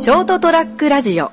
ショートトラックラジオ。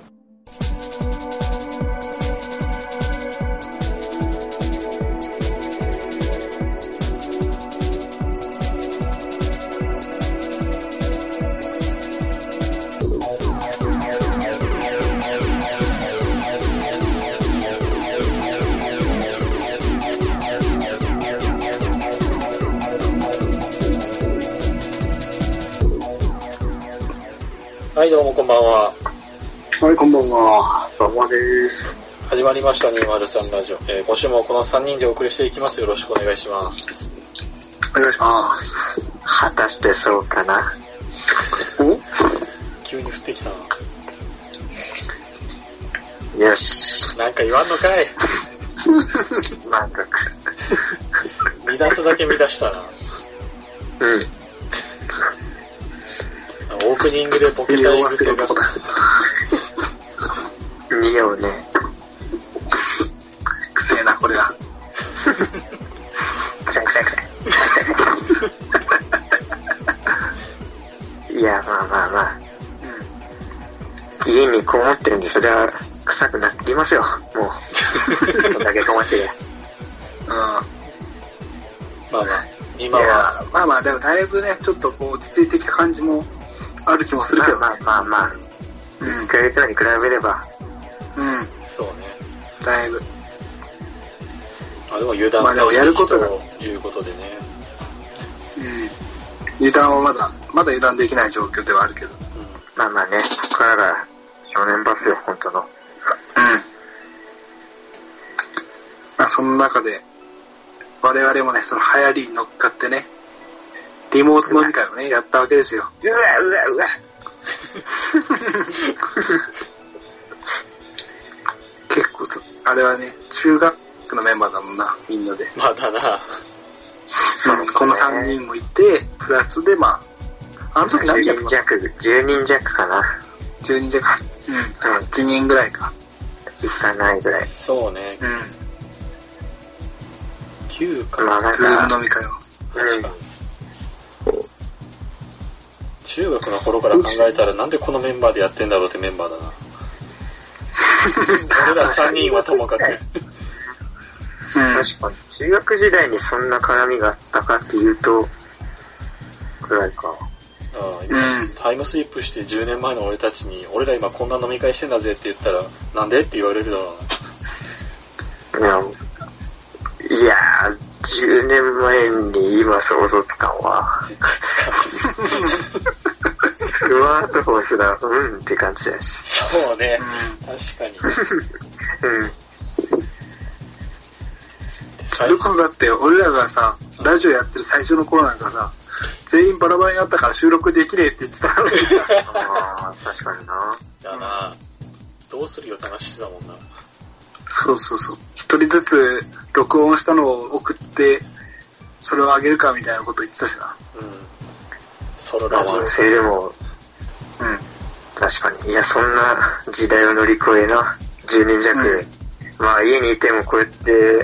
はい、どうもこんばんは。 はい、こんばんは。 どうもです。 始まりました203ラジオ。今週もこの3人でお送りしていきます。よろしくお願いします。 お願いします。 果たしてそうかな。 お？ 急に降ってきたな。 よし。 なんか言わんのかい。 満足。 乱すだけ乱したな。 うん。 オープニングでボケたい癖が。 匂うね。 くせえな、これは。 いや、まあまあまあ。家にこもってるんで、それは臭くなってきますよ。もう。こんだけこもってる。 まあまあ、今は。 まあまあ、でもだいぶね、ちょっとこう落ち着いてきた感じもある気もするけど。 まあ。1ヶ月前に比べれば。 そうね。 だいぶ。 でも油断まあでもやることが。 ということでね。 油断はまだ油断できない状況ではあるけど。 まあまあね、ここからが正念場っすよ、本当の。 まあその中で、我々もね、その流行りに乗っかってね、リモート飲み会をね、やったわけですよ。 うわ。 結構、あれはね、中学のメンバーだもんな、みんなで。 まだな。 この3人もいて、プラスで、まあ、あの時何人やったの？ 10人弱かな。 10人弱か。8人ぐらいか。 いかないぐらい。 そうね。9かまあなんか。 ズーム飲み会を。 確かに。中学の頃から考えたらなんでこのメンバーでやってんだろうってメンバーだな。俺ら3人はともかく。 確かに。中学時代にそんな絡みがあったかっていうと、くらいか。 タイムスリップして10年前の俺たちに、俺ら今こんな飲み会してんだぜって言ったら、なんでって言われるだろうな。 いやー、10年前に今想像つかんわ。 絶対つかん。 スマートフォンすら、って感じだし。 そうね、確かに。 それこそだって俺らがさ、ラジオやってる最初の頃なんかさ、全員バラバラになったから収録できねえって言ってたのにさ。 ああ、確かにな。 だな。どうするよって話してたもんな。 そう。一人ずつ録音したのを送って、それをあげるかみたいなこと言ってたしな。 ソロラジオ。 それでも、確かに。いや、そんな時代を乗り越えな、10人弱。まあ家にいてもこうやって、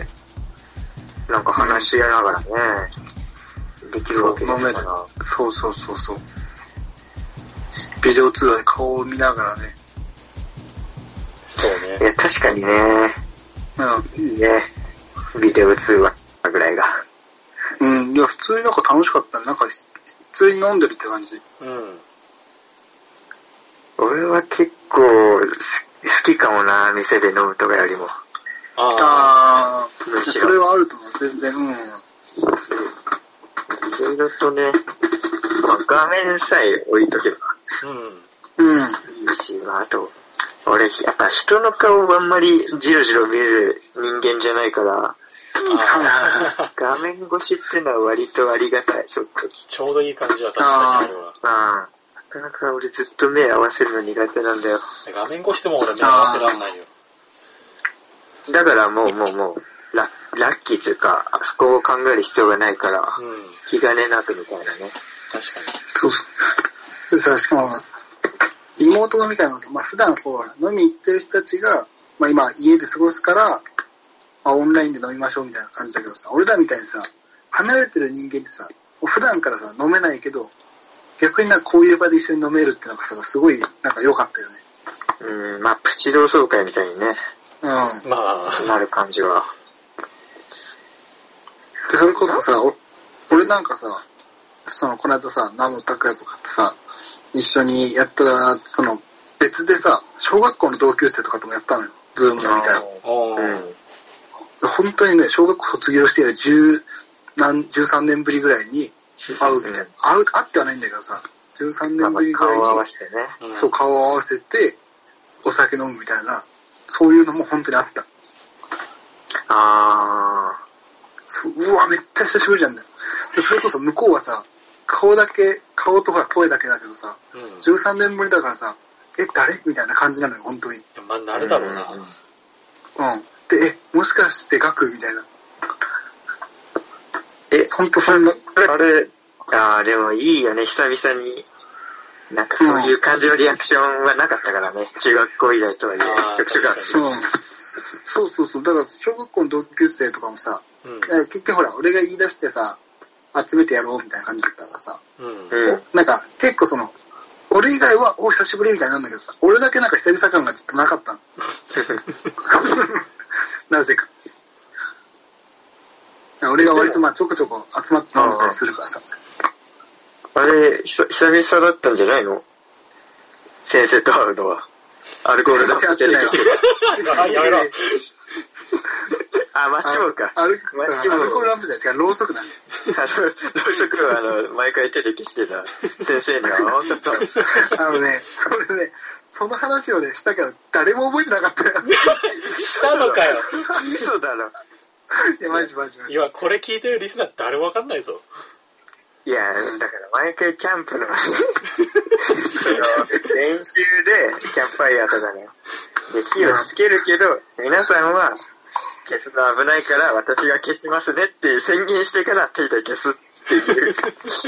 なんか話し合いながらね、できるわけですから。 そう。ビデオ通話で顔を見ながらね。 そうね。 いや、確かにね。いいね。ビデオ通話ぐらいが。 いや、普通になんか楽しかったね。なんか、普通に飲んでるって感じ。 俺は結構好きかもな、店で飲むとかよりも。 それはあると思う、全然。 いろいろとね、まあ、画面さえ置いとけば。いいし、あと、俺、やっぱ人の顔をあんまりじろじろ見る人間じゃないから、画面越しってのは割とありがたい、 ちょうどいい感じは確かにあるわ。 なかなか俺ずっと目合わせるの苦手なんだよ。 画面越しても俺目合わせらんないよ。 だからもう、ラッキーというか、あそこを考える必要がないから、気兼ねなくみたいなね。 確かに。そう。さ、しかも、リモート飲み会もさ、まあ普段こう、飲み行ってる人たちが、まあ今家で過ごすから、オンラインで飲みましょうみたいな感じだけどさ、俺らみたいにさ、離れてる人間ってさ、普段からさ、飲めないけど、 逆になんかこういう場で一緒に飲めるってのがさ、すごいなんか良かったよね。 まあプチ同窓会みたいにね。 まあ。 なる感じは。 で、それこそさ、俺なんかさ、この間さ、ナムタクヤとかってさ、一緒にやった、別でさ、小学校の同級生とかともやったのよ。ズーム飲み会を。本当にね、小学校卒業して13年ぶりぐらいに会うみたいな。会ってはないんだけどさ、13年ぶりぐらいに、そう、顔を合わせて、お酒飲むみたいな、そういうのも本当にあった。そう、うわ、めっちゃ久しぶりじゃんだよ。で、それこそ向こうはさ、顔とか声だけだけどさ、13年ぶりだからさ、誰みたいな感じなのよ、本当に。 まあ、なるだろうな。 で、もしかしてガクみたいな。ほんとそんな。 でもいいよね、久々に。なんかそういう感じのリアクションはなかったからね、中学校以来とはいえ、ちょくちょくある。 そう。だから小学校の同級生とかもさ、結局ほら、俺が言い出してさ、集めてやろうみたいな感じだったからさ、なんか結構俺以外は、久しぶりみたいなんだけどさ、俺だけなんか久々感がちょっとなかったの。なぜか。俺が割とまあちょこちょこ集まって飲んだりするからさ。 あれ、久々だったんじゃないの？先生と会うのは。アルコールだって出てきてた。やめろ。マッチ棒か。アルコールランプじゃない、違う、ろうそくな。ろうそくは毎回手で消してた先生には分かった。 それね、その話をね、したけど、誰も覚えてなかったよ。 したのかよ。 嘘だろ。 いや、マジ。 いや、これ聞いてるリスナー誰も分かんないぞ。 いや、だから毎回キャンプの練習でキャンプファイヤーとかね、で火をつけるけど、皆さんは消すの危ないから私が消しますねって宣言してから手で消すっていう。違う。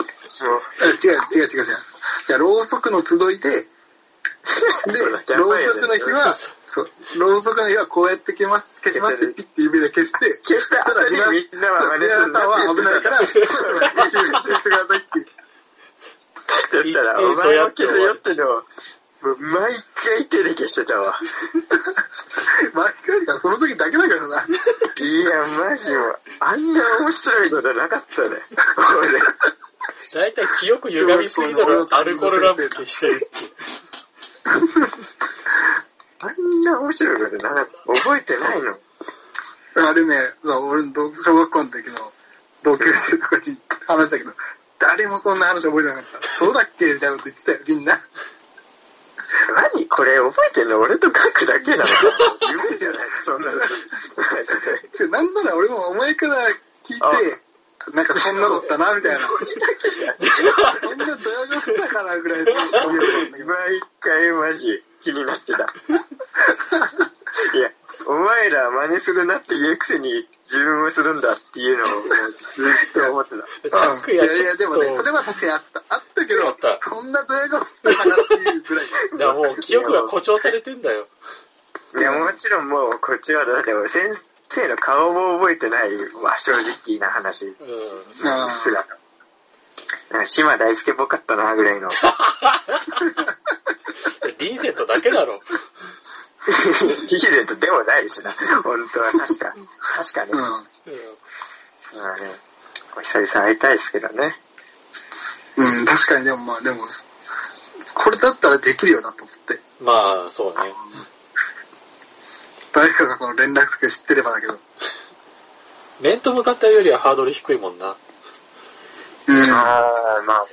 じゃあ、ろうそくの集いで、ろうそくの日は、ろうそくの日はこうやって消しますってピッて指で消して、 消した後にみんなは皆さんは危ないから、そう、消してくださいって言ったら、お前も消せよってのを、毎回手で消してたわ。 毎回か、その時だけだからな。 いや、マジもう、あんな面白いことなかったね。俺。 だいたい記憶歪みすぎだろ、アルコールランプ消してるって。 あんな面白いことなかった。覚えてないの？ あれね、俺の小学校の時の同級生とかに話したけど、誰もそんな話覚えてなかった。そうだっけみたいなこと言ってたよ、みんな。 何これ覚えてんの？俺と書くだけなのか夢じゃない、そんなの。 なんなら俺もお前から聞いて、なんかそんなだったな、みたいな。そんなドヤ顔したかな、ぐらいの毎回マジ気になってた。いや、お前ら真似するなって言うくせに自分もするんだっていうのをずっと思ってた。 いや、でもね、それは確かにあったけど、そんなドヤ顔したかなっていうぐらい。 だからもう記憶が誇張されてんだよ。 いや、もちろんもうこっちはだって先生の顔も覚えてないわ、正直な話。なんか島大輔っぽかったな、ぐらいの。 リーゼントだけだろ。 リーゼントでもないしな、本当は確かに。まあね、久々会いたいですけどね。 確かにでもこれだったらできるよなと思って。 まあ、そうね。 誰かがその連絡先知ってればだけど。 面と向かったよりはハードル低いもんな。 まあ。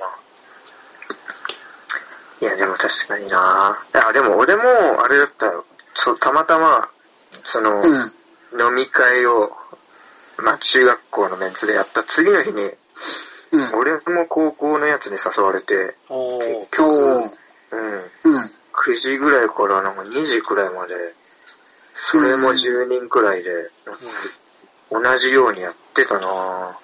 いや、でも確かにな。でも俺も、あれだったよ。たまたま、飲み会を、中学校のメンツでやった次の日に、俺も高校のやつに誘われて、 9 時ぐらいからなんか2時くらいまで、それも10人くらいで、同じようにやってたな。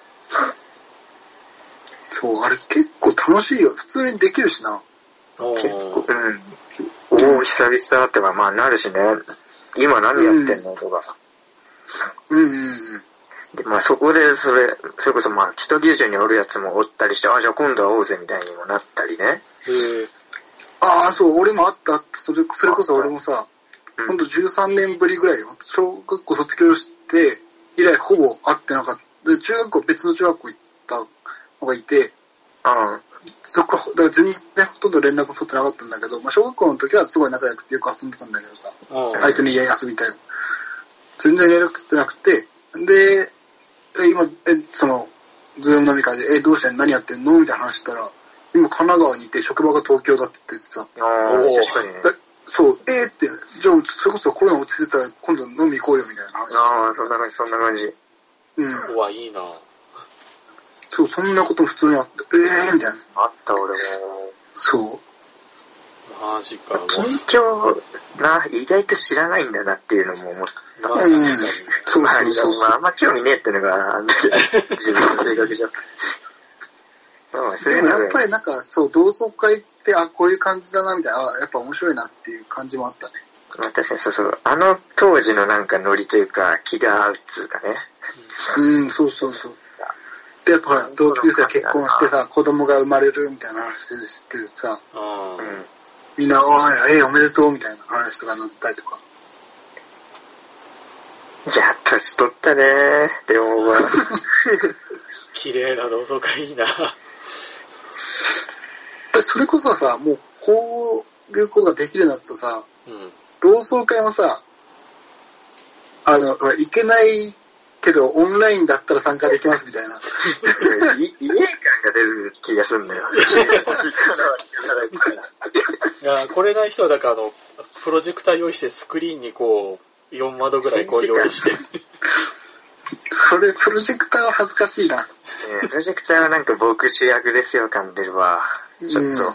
そう、あれ結構楽しいよ。普通にできるしな。 結構、久々ってか、まあなるしね。今何やってんのとか。 で、まあそこでそれこそまあ、北九州におるやつもおったりして、あ、じゃあ今度会おうぜみたいにもなったりね。 ああ、そう、俺もあった。それこそ俺もさ、ほんと13年ぶりぐらいよ。小学校卒業して以来ほぼ会ってなかった。で、別の中学校行ったのがいて、そこ、だから全然ほとんど連絡取ってなかったんだけど、まあ小学校の時はすごい仲良くてよく遊んでたんだけどさ、相手の家遊びたい。全然連絡取ってなくて、で、今、ズーム飲み会で、どうしてん何やってんのみたいな話したら、今神奈川にいて職場が東京だって言ってさ。 確かにね。 そう、って、じゃあ、それこそコロナ落ち着いたら今度飲み行こうよみたいな話して。 そんな感じ。 うわ、いいな。 そう、そんなことも普通にあって、みたいな。 あった、俺も。 そう。 マジか。東京、意外と知らないんだなっていうのも思った。 そう。まあ、あんま興味ねえってのが、あんだけ自分の性格じゃ。 でもやっぱりなんか、そう、同窓会って、こういう感じだな、みたいな、やっぱ面白いなっていう感じもあったね。 まあ確かにそう、あの当時のなんかノリというか、気が合うっつうかね。 そう。で、やっぱほら、同級生結婚してさ、子供が生まれるみたいな話してさ、みんな、おめでとうみたいな話とかなったりとか。 やっぱしとったねー、でも綺麗な同窓会いいな。 それこそさ、もうこういうことができるようになるとさ、同窓会もさ、いけないけどオンラインだったら参加できますみたいな。 家感が出る気がするんだよ。 いや、来れない人はだからプロジェクター用意してスクリーンにこう、4窓ぐらいこう用意して。 それ、プロジェクターは恥ずかしいな。 プロジェクターはなんか僕主役ですよ感出るわ。ちょっと。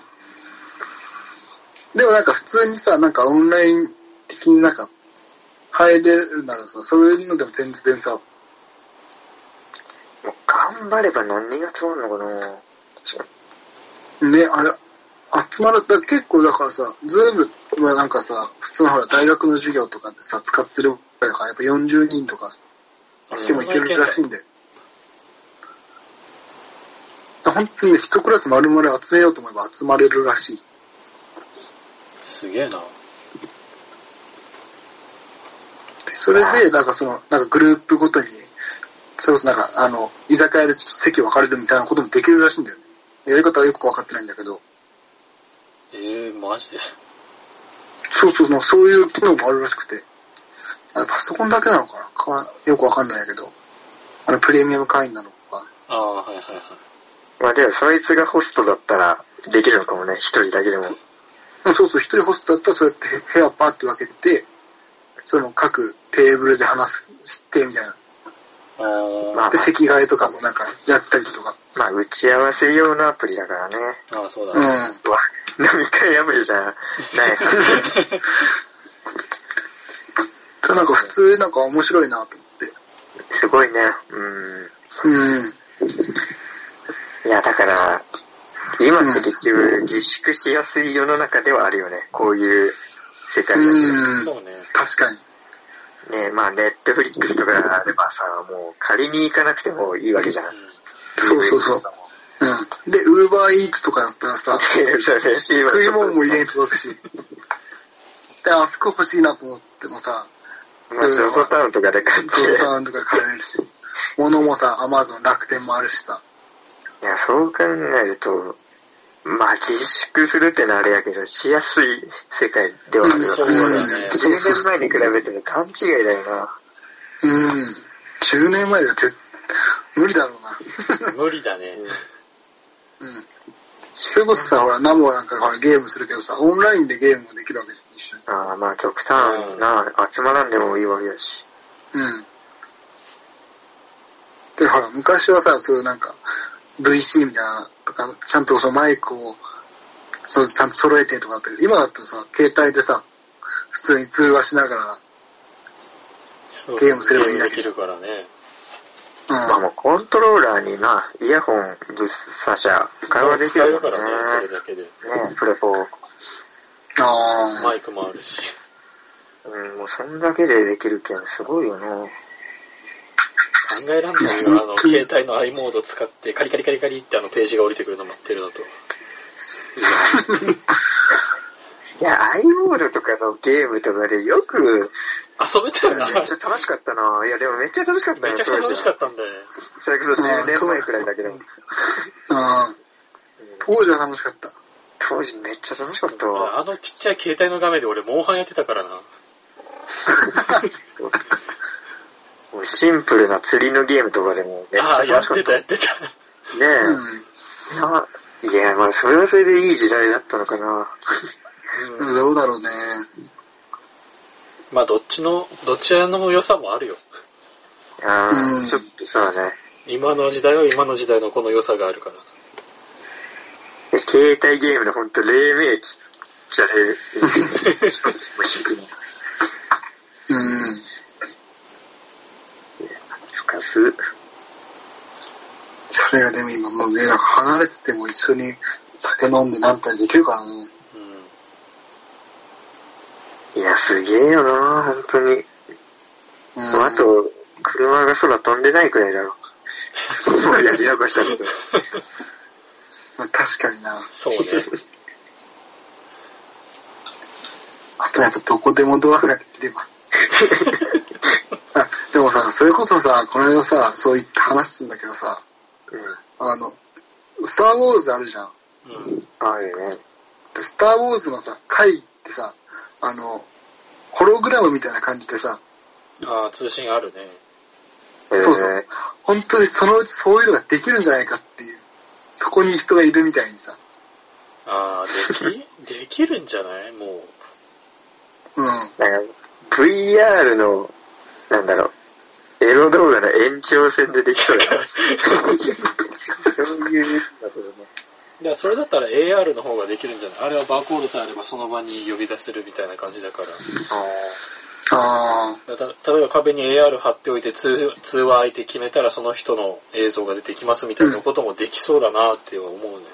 でもなんか普通にさ、なんかオンライン的になんか入れるならさ、そういうのでも全然さ。 もう頑張れば何が集まるのかな。ね、あれ、集まる、結構だからさ、ズームはなんかさ、普通のほら大学の授業とかでさ、使ってるから、やっぱ40人とかでもいけるらしいんだよ。本当にね、一クラス丸々集めようと思えば集まれるらしい。 すげえな。 で、それで、なんかグループごとに、それこそなんか、居酒屋でちょっと席分かれるみたいなこともできるらしいんだよね。やり方はよく分かってないんだけど。 マジで。 そう、そういう機能もあるらしくて。パソコンだけなのかなよく分かんないんだけど。プレミアム会員なのか。 はい。 まあでも、そいつがホストだったらできるのかもね、一人だけでも。 そう、一人ホストだったらそうやって部屋パーって分けて、各テーブルで話して、みたいな。で、席替えとかもなんかやったりとか。 まあ、打ち合わせ用のアプリだからね。 そうだね。 飲み会アプリじゃない。 なんか普通なんか面白いなと思って。 すごいね。いや、だから、今って結局自粛しやすい世の中ではあるよね。こういう世界だけど。 そうね。 確かに。 ね、まあ、ネットフリックスとかあればさ、もう借りに行かなくてもいいわけじゃん。 そう。で、ウーバーイーツとかだったらさ、食い物も家に届くし。で、服欲しいなと思ってもさ、 ゾゾタウンとかで買って。 ゾゾタウンとか買えるし。物もさ、アマゾン、楽天もあるしさ。 いや、そう考えると、まあ自粛するってのはあれやけど、しやすい世界ではあるよ。 そうだね。 10年前に比べて勘違いだよな。 10年前だって無理だろうな。 無理だね。 それこそさ、ほら、ナモなんかゲームするけどさ、オンラインでゲームもできるわけじゃん、一緒に。 まあ極端な、集まらんでもいいわけだし。 で、ほら、昔はさ、そういうなんか、VC みたいなとか、ちゃんとマイクを、ちゃんと揃えてとかあったけど、今だったらさ、携帯でさ、普通に通話しながら、ゲームすればいいだけできるからね。 まあもうコントローラーにイヤホンぶっ刺しゃ会話できるからね。 それだけで。 プレフォー。 マイクもあるし。 もうそんだけでできるけんすごいよね。 えらんないよ、携帯の i モード使ってカリカリカリカリってページが降りてくるの待ってるのと。 いや、i モードとかのゲームとかでよく遊べたよな。 めっちゃ楽しかったな。いや、でもめっちゃ楽しかったよ。 めちゃくちゃ楽しかったんだよ。 それこそ10年前くらいだけど。 当時は楽しかった。 当時めっちゃ楽しかったわ。 ちっちゃい携帯の画面で俺モンハンやってたからな。 シンプルな釣りのゲームとかでもめっちゃ楽しかった。 やってた。 ねえ。いや、まあそれはそれでいい時代だったのかな。 どうだろうね。 まあどちらの良さもあるよ。 ちょっとさね。 今の時代は今の時代のこの良さがあるから。 携帯ゲームのほんと黎明期じゃねえ。深す。 それがでも今もうね、なんか離れてても一緒に酒飲んでなんかできるからね。 いや、すげえよな、ほんとに。あと、車が空飛んでないくらいだろ。もうやり残したこと。 まあ、確かにな。 そうね。 あとやっぱどこでもドアができれば。でもさ、それこそさ、この間さ、そう言って話してんだけどさ、スター・ウォーズあるじゃん。 あるね。 スター・ウォーズのさ、回ってさ、ホログラムみたいな感じでさ、 通信あるね。 そうそう。本当にそのうちそういうのができるんじゃないかっていう。そこに人がいるみたいにさ。 できるんじゃないもう。 なんか、VR の、なんだろう、エロ動画の延長線でできそうだな。そういうだけどね。 いや、それだったら AR の方ができるんじゃない？あれはバーコードさえあればその場に呼び出せるみたいな感じだから。例えば壁に AR 貼っておいて通話相手決めたらその人の映像が出てきますみたいなこともできそうだなって思うね。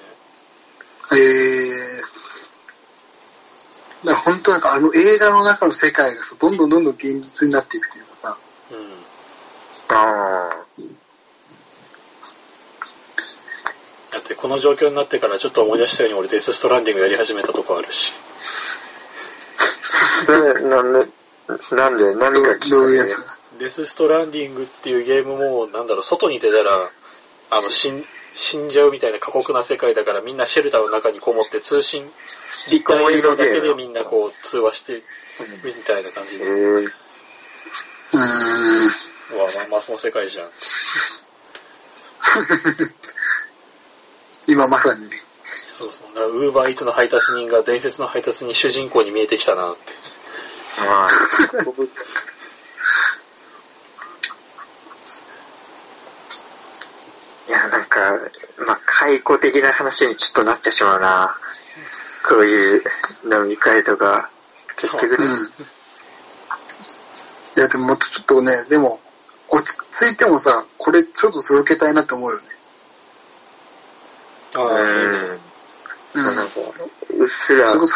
だから本当なんか映画の中の世界がどんどん現実になっていくというかさ。 だってこの状況になってからちょっと思い出したように俺デスストランディングやり始めたとこあるし。 なんで何がどういうやつ？ デスストランディングっていうゲームも外に出たら死んじゃうみたいな過酷な世界だからみんなシェルターの中にこもって通信立体映像だけでみんなこう通話してみたいな感じで。マスの世界じゃん。 今まさにね。 そう。だからウーバーイーツの配達人が伝説の配達人主人公に見えてきたなって。 いや、なんか、解雇的な話にちょっとなってしまうな。こういう飲み会とか。結局ね。 いや、でももっとちょっとね、でも、落ち着いてもさ、これちょっと続けたいなって思うよね。 なんか、うっすら。うっ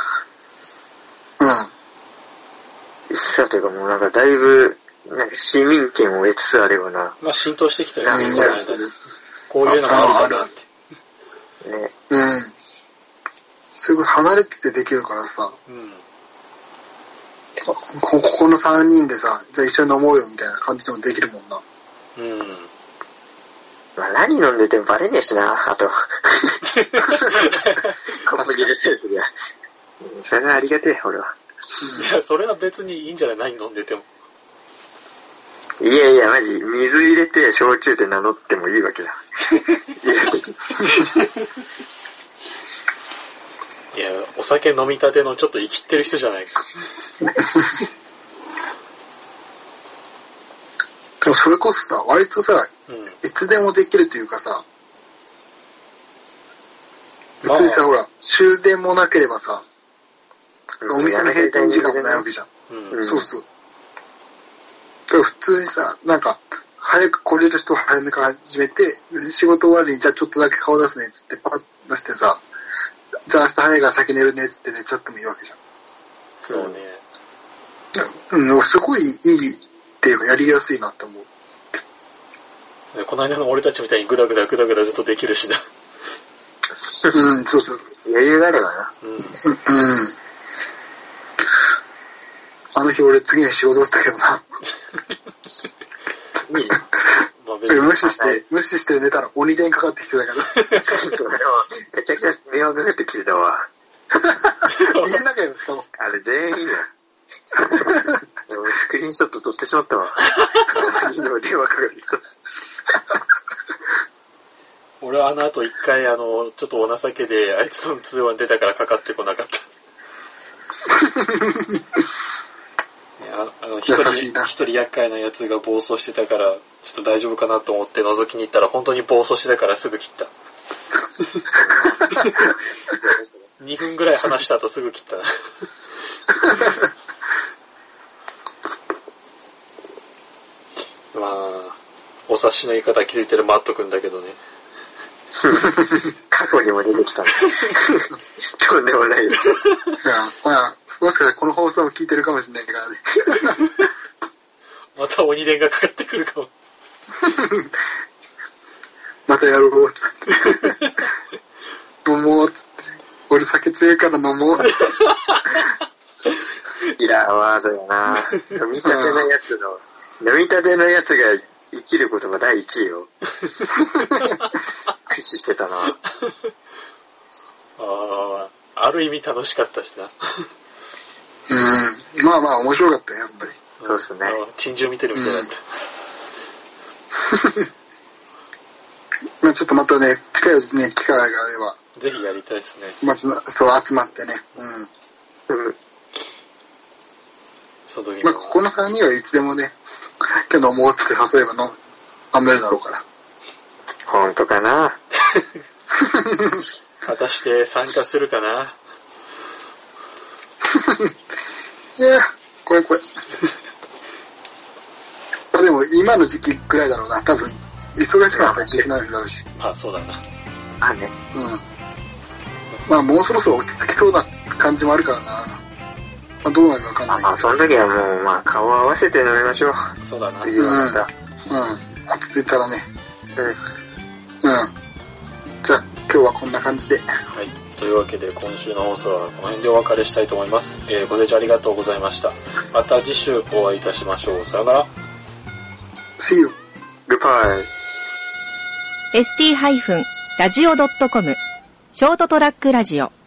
すらというかもうなんかだいぶ、なんか市民権を得つつあればな。 浸透してきたよね、この間に。こういうのがあるかなって。 ね。すごい離れててできるからさ。ここの3人でさ、じゃあ一緒に飲もうよみたいな感じでもできるもんな。 何飲んでてもバレねえしな、あと。コップに入れてるときは。それはありがてえ、俺は。 じゃあそれは別にいいんじゃない？何飲んでても。 いや、マジ、水入れて焼酎で名乗ってもいいわけだ。 いや、お酒飲みたてのちょっと生きってる人じゃないか。 でもそれこそさ、割とさ、いつでもできるというかさ、別にさ、ほら、終電もなければさ、お店の閉店時間もないわけじゃん。そうそう。だから普通にさ、なんか、早く来れる人は早めから始めて、仕事終わりにじゃあちょっとだけ顔出すねっつってパッ出してさ、じゃあ明日早いから先寝るねっつって寝ちゃってもいいわけじゃん。 そうね。 すごいいいっていうかやりやすいなって思う。 この間の俺たちみたいにグダグダずっとできるしな。 うん、そうそう。 余裕があればな。 うん。あの日俺次の日仕事だったけどな。 いいね。 まあ無視して寝たら鬼電かかってきてたから。 めちゃくちゃ迷惑かけてきてたわ。 みんなかよ、しかも。 あれ全員よ。スクリーンショット撮ってしまったわ。電話かかってきた。 俺はあの後一回ちょっとお情けであいつとの通話に出たからかかってこなかった。一人厄介なやつが暴走してたからちょっと大丈夫かなと思って覗きに行ったら本当に暴走してたからすぐ切った。2分ぐらい話した後すぐ切った。まあお察しの言い方気づいてるマット君だけどね。 過去にも出てきた。とんでもないよ。 まあもしかしたらこの放送も聞いてるかもしれないからね。 また鬼電がかかってくるかも。 またやろうって。飲もうっつって。俺酒強いから飲もうって。 いや、ワードやな。飲みたてのやつが生きることが第一位を駆使してたな。 ある意味楽しかったしな。 まあまあ面白かったよ、やっぱり。 そうですね。 珍獣見てるみたいだった。 まあちょっとまたね、近いうちね、機会があれば。 ぜひやりたいですね。 そう集まってね。まあここの3人はいつでもね、今日飲もうって誘えば飲めるだろうから。 本当かな。 果たして参加するかな。 いや、怖い。まあでも今の時期ぐらいだろうな、多分。忙しくなったらできないだろうし。 あ、そうだな。 あね。 まあもうそろそろ落ち着きそうな感じもあるからな。まあどうなるかわかんないけど。 その時はもう、まあ顔を合わせて飲みましょう。 そうだな。 落ち着いたらね。じゃあ今日はこんな感じで。 はい。というわけで今週の放送はこの辺でお別れしたいと思います。ご清聴ありがとうございました。また次週お会いいたしましょう。さよなら。 See you. Goodbye. ST-radio.com ショートトラックラジオ